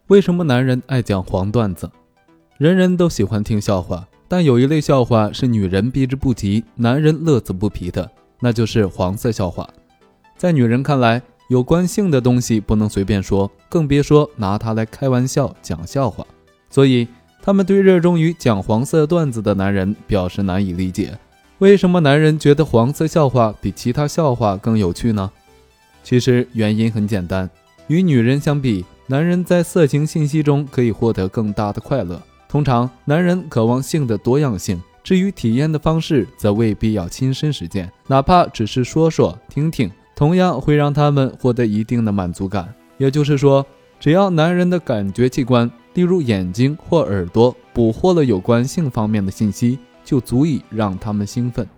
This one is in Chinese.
为什么男人爱讲黄段子？人人都喜欢听笑话，但有一类笑话是女人避之不及，男人乐此不疲的，那就是黄色笑话。在女人看来，有关性的东西不能随便说，更别说拿它来开玩笑讲笑话。所以他们对热衷于讲黄色段子的男人表示难以理解，为什么男人觉得黄色笑话比其他笑话更有趣呢？其实原因很简单，与女人相比，男人在色情信息中可以获得更大的快乐。通常男人渴望性的多样性，至于体验的方式则未必要亲身实践，哪怕只是说说听听，同样会让他们获得一定的满足感。也就是说，只要男人的感觉器官，例如眼睛或耳朵，捕获了有关性方面的信息，就足以让他们兴奋。